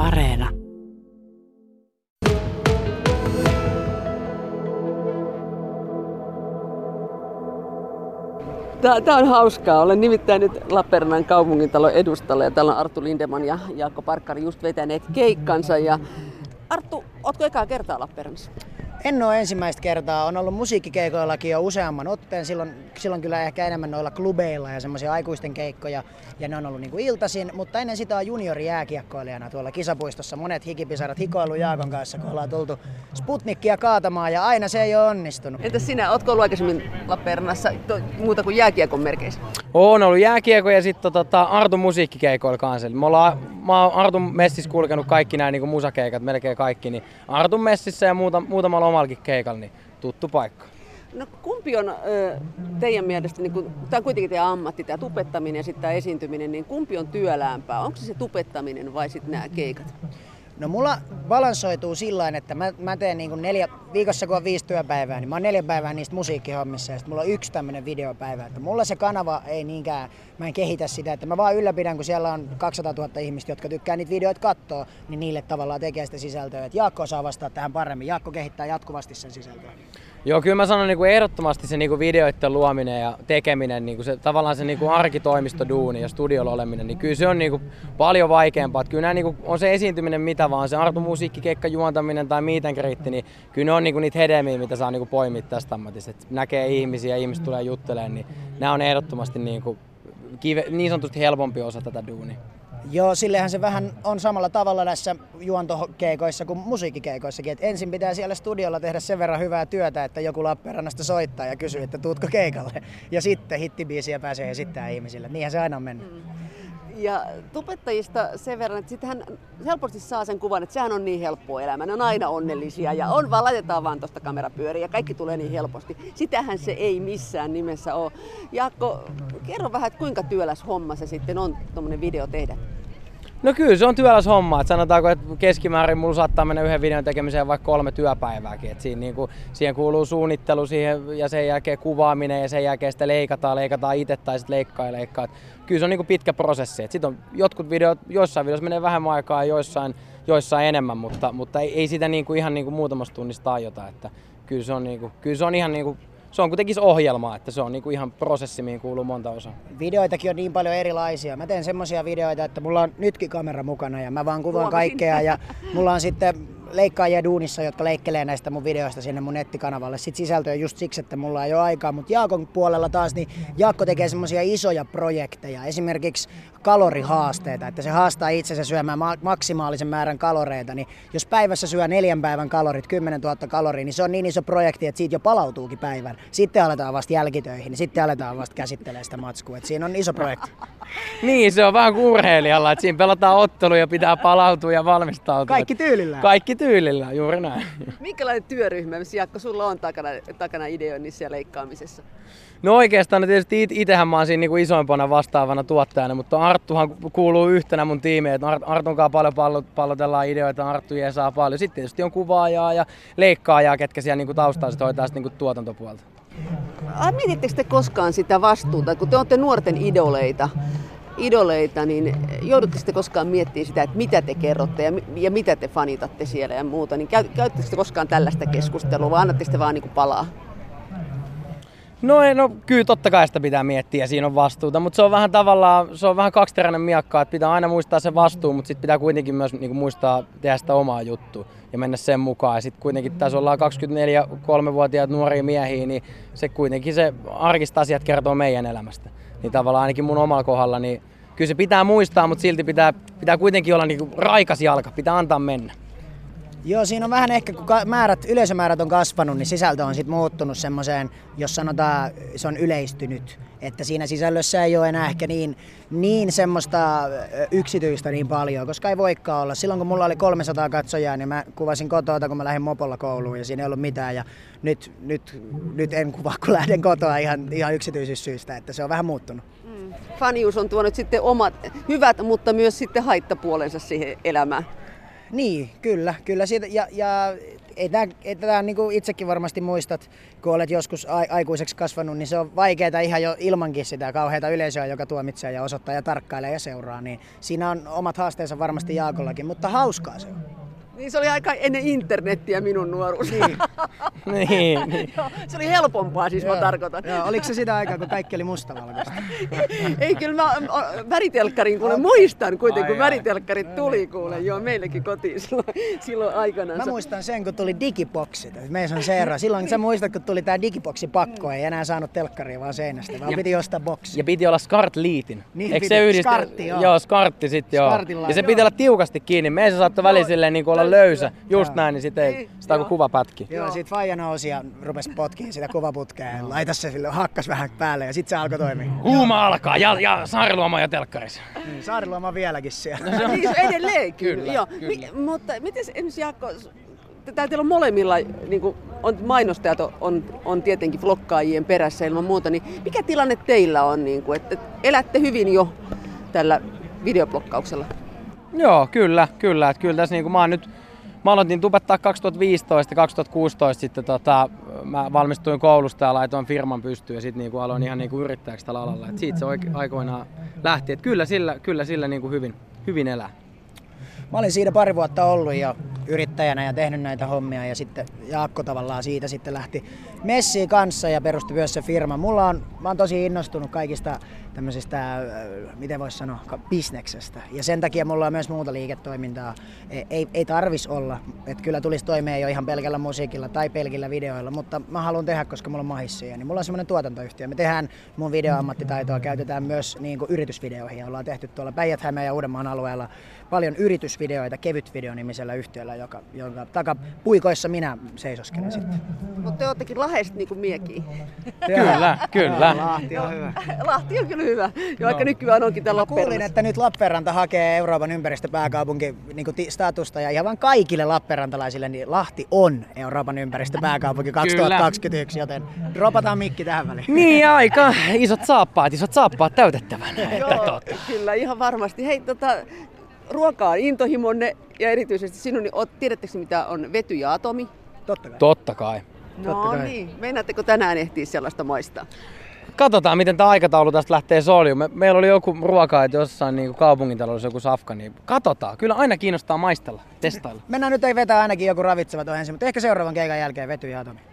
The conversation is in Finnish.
Areena. Tämä on hauskaa. Olen nimittäin nyt Lappeenrannan kaupungintalon edustalla ja täällä on Arttu Lindeman ja Jaakko Parkkari just vetäneet keikkansa. Ja Arttu, ootko ekaa kertaa Lappeenrannassa? En ole ensimmäistä kertaa. On ollut musiikkikeikoillakin jo useamman otteen. Silloin kyllä ehkä enemmän noilla klubeilla ja semmoisia aikuisten keikkoja. Ja ne on ollut niin kuin iltaisin, mutta ennen sitä on juniorijääkiekkoilijana tuolla kisapuistossa. Monet hikipisarat hikoillut Jaakon kanssa, kun ollaan tultu Sputnikkia kaatamaan ja aina se ei ole onnistunut. Entäs sinä, ootko ollut aikaisemmin Lappeenrannassa muuta kuin jääkiekon merkeissä? Oon ollut jääkiekko ja sitten Artun musiikkikeikoilla kanssa. Mä oon Artun messissä kulkenut kaikki nämä niin musakeikat, melkein kaikki. Niin Artun messissä ja muutamalla omallakin keikalla, niin tuttu paikka. No kumpi on teidän mielestä, niin tämä on kuitenkin teidän ammatti, tämä tupettaminen ja sitten tämä esiintyminen, niin kumpi on työläämpää? Onko se tupettaminen vai sitten nämä keikat? No mulla balanssoituu sillain, että mä teen niin kuin viikossa kun on 5 työpäivää, niin mä oon 4 päivää niistä musiikkihommissa ja sitten mulla on 1 tämmönen videopäivä. Että mulla se kanava ei niinkään, mä en kehitä sitä, että mä vaan ylläpidän, kun siellä on 200 000 ihmistä, jotka tykkää niitä videoita katsoa, niin niille tavallaan tekee sitä sisältöä. Et Jaakko osaa vastata tähän paremmin. Jaakko kehittää jatkuvasti sen sisältöä. Joo, kyllä mä sanon niin kuin ehdottomasti se niin kuin videoiden luominen ja tekeminen, niin kuin se, tavallaan se niin kuin arkitoimistoduuni ja studiolla oleminen, niin kyllä se on niin kuin paljon vaikeampaa. Että kyllä nämä, niin kuin, on se esiintyminen mitä vaan, se Artun musiikkikeikka juontaminen tai meet and greet, niin kyllä ne on niin kuin niitä hedelmiä, mitä saa niin kuin poimia tästä ammatista. Et näkee ihmisiä ja ihmiset tulee juttelemaan, niin nämä on ehdottomasti niin sanotusti helpompi osa tätä duunia. Joo, sillehän se vähän on samalla tavalla näissä juontokeikoissa kuin musiikkikeikoissakin. Et ensin pitää siellä studiolla tehdä sen verran hyvää työtä, että joku Lappeenrannasta soittaa ja kysyy, että tuutko keikalle. Ja sitten hittibiisiä pääsee esittämään ihmisille. Niinhän se aina on mennyt. Ja tubettajista sen verran, että sittenhän helposti saa sen kuvan, että sehän on niin helppo elämä. Ne on aina onnellisia ja laitetaan vaan tuosta kamerapyöriin ja kaikki tulee niin helposti. Sitähän se ei missään nimessä ole. Jaakko, kerro vähän, että kuinka työläs homma se sitten on tuommoinen video tehdä? No kyllä se on työläs homma. Et sanotaanko, että keskimäärin mulla saattaa mennä yhden videon tekemiseen vaikka 3 työpäivääkin. Et siihen kuuluu suunnittelu ja sen jälkeen kuvaaminen ja sen jälkeen sitä leikataan itse tai sitten leikkaa. Kyllä se on pitkä prosessi. Sitten on jotkut videot, joissain videoissa menee vähemmän aikaa ja joissain enemmän, mutta ei sitä ihan muutamasta tunnista tajota. Että kyllä se on ihan se on kuitenkin ohjelma, että se on ihan prosessi, mihin kuuluu monta osaa. Videoitakin on niin paljon erilaisia. Mä teen semmosia videoita, että mulla on nytkin kamera mukana ja mä vaan kuvaan kaikkea. Ja mulla on sitten leikkaajia duunissa, jotka leikkelee näistä mun videoista sinne mun nettikanavalle. Sitten sisältöä just siksi, että mulla ei ole aikaa. Mutta Jaakon puolella taas, niin Jaakko tekee semmosia isoja projekteja. Esimerkiksi kalorihaasteita, että se haastaa itsensä syömään maksimaalisen määrän kaloreita. Niin jos päivässä syö 4 päivän kalorit, 10 000 kaloria, niin se on niin iso projekti, että siitä jo palautuukin päivän. Sitten aletaan vasta jälkitöihin, niin sitten aletaan vasta käsittelemään sitä matskua. Et siinä on iso projekti. Niin, se on vähän kuin urheilijalla, että siinä pelataan otteluja ja pitää palautua ja valmistautua. Kaikki tyylillään. Kaikki tyylillään, juuri näin. Minkälainen työryhmä, Jaakko, sulla on takana ideoinnissa ja leikkaamisessa? No oikeastaan tietysti itsehän mä oon siinä isoimpana vastaavana tuottajana, mutta Arttuhan kuuluu yhtenä mun tiimiin, että Artun kanssa paljon pallotellaan ideoita, Arttu jeesaa paljon. Sitten tietysti on kuvaajaa ja leikkaajaa, ketkä siellä taustalla hoitaa tuotantopuolta. Mietittekö te koskaan sitä vastuuta, kun te olette nuorten idoleita, niin joudutteko te koskaan miettimään sitä, että mitä te kerrotte ja mitä te fanitatte siellä ja muuta, niin käyttekö te koskaan tällaista keskustelua vai annatteko te vaan palaa? No kyllä totta kai sitä pitää miettiä ja siinä on vastuuta, mutta se on vähän kaksiteräinen miakka, että pitää aina muistaa se vastuu, mutta sitten pitää kuitenkin myös muistaa tehdä sitä omaa juttua ja mennä sen mukaan. Ja sitten kuitenkin tässä ollaan 24-3-vuotiaat nuoria miehiä, niin se kuitenkin se arkista asiat kertoo meidän elämästä. Niin tavallaan ainakin mun omalla kohdalla, niin kyllä se pitää muistaa, mutta silti pitää kuitenkin olla raikas jalka, pitää antaa mennä. Joo, siinä on vähän ehkä, kun yleisömäärät on kasvanut, niin sisältö on sitten muuttunut semmoiseen, jos sanotaan, se on yleistynyt. Että siinä sisällössä ei ole enää ehkä niin semmoista yksityistä niin paljon, koska ei voikaan olla. Silloin kun mulla oli 300 katsojaa, niin mä kuvasin kotoa, kun mä lähdin mopolla kouluun ja siinä ei ollut mitään. Ja nyt en kuvaa, kun lähden kotoa ihan yksityisyyssyistä, että se on vähän muuttunut. Fanius on tuonut sitten omat hyvät, mutta myös sitten haittapuolensa siihen elämään. Niin, kyllä siitä, ja ei tätä niin kuin itsekin varmasti muistat, kun olet joskus aikuiseksi kasvanut, niin se on vaikeaa ihan jo ilmankin sitä kauheata yleisöä, joka tuomitsee ja osoittaa ja tarkkailee ja seuraa, niin siinä on omat haasteensa varmasti Jaakollakin, mutta hauskaa se on. Niin se oli aika ennen internettiä minun nuoruus. Niin. Se oli helpompaa siis, mä tarkoitan. Joo, oliko se sitä aikaa, kun kaikki oli mustavalkoista? Ei, kyllä mä väritelkkarin kuule muistan kuitenkin, kun väritelkkarit tuli kuule, joo, meillekin kotiin silloin aikanaan. Mä muistan sen, kun tuli digiboksit. Meissä on se ero. Silloin sä muistat, kun tuli tää digiboksi pakko, ei enää saanut telkkaria vaan seinästä, vaan piti ostaa boksi. Ja piti olla SCART-liitin. Niin, eikö se yhdistä? Skartti, joo. Joo, SCARtti sitten joo. Ja se piti olla tiukasti kiinni. Meissä saattoi väliin silleen niin olla löysä. Just näin, niin sitten ei sitä kun kuva pätki. Joo, sit faija nousi ja rupesi potkimaan sitä kuvaputkea ja laita se sille, hakkas vähän päälle ja sit se alkoi toimia. Huuma alkaa ja Saariluoma ja telkkarissa. Niin, Saariluoma on vieläkin siellä. Niin, edelleen Kyllä, joo. kyllä. Mutta miten esimerkiksi Jaakko, teillä on molemmilla, niin kuin mainostajat on tietenkin vloggaajien perässä ilman muuta, niin mikä tilanne teillä on, niin kuin, että elätte hyvin jo tällä videoblokkauksella? Joo, kyllä. Että kyllä tässä niin kuin mä aloitin tubettaa 2015 ja 2016 sitten mä valmistuin koulusta ja laitoin firman pystyyn ja sitten niin aloin ihan niin kuin yrittäjäksi tällä alalla. Et siitä se aikoinaan lähti. Et kyllä sillä niin kuin hyvin elää. Mä olin siinä pari vuotta ollut jo yrittäjänä ja tehnyt näitä hommia ja sitten Jaakko tavallaan siitä sitten lähti messiin kanssa ja perusti myös se firma. Mä oon tosi innostunut kaikista tämmöisistä, miten vois sanoa, bisneksestä. Ja sen takia mulla on myös muuta liiketoimintaa. Ei tarvis olla, että kyllä tulisi toimeen jo ihan pelkällä musiikilla tai pelkillä videoilla, mutta mä haluan tehdä, koska mulla on mahis siihen. Niin mulla on semmoinen tuotantoyhtiö. Me tehdään mun videoammattitaitoa, käytetään myös niin kuin yritysvideoihin ja ollaan tehty tuolla Päijät-Hämeen ja Uudenmaan alueella paljon yritysvideoita Kevyt Video -nimisellä yhtiöllä, jonka takapuikoissa minä seisoskelen sitten. Mutta te oottekin Lahdesta niin kuin miekin. Kyllä. Lahti on hyvä. Lahti on kyllä hyvä, ja vaikka nykyään onkin täällä Kuulin, Lappeenrannassa. että nyt Lappeenranta hakee Euroopan ympäristöpääkaupunki niin statusta ja ihan vain kaikille lappeenrantalaisille, niin Lahti on Euroopan ympäristöpääkaupunki 2021, joten dropataan mikki tähän väliin. Niin aika isot saappaat täytettävänä. Joo, kyllä ihan varmasti. Hei, ruoka on intohimonne ja erityisesti sinun, niin tiedättekö mitä on vety ja atomi? Totta kai. No niin, meinaatteko tänään ehtiä sellaista maistaa? Katsotaan, miten tämä aikataulu tästä lähtee soljuun. Meillä oli joku ruoka, että jossain niin kaupungintaloudessa joku safka, niin katsotaan. Kyllä aina kiinnostaa maistella, testailla. Mennään nyt ei vetää ainakin joku ravitseva tuohon ensin, mutta ehkä seuraavan keikan jälkeen vety ja atomi.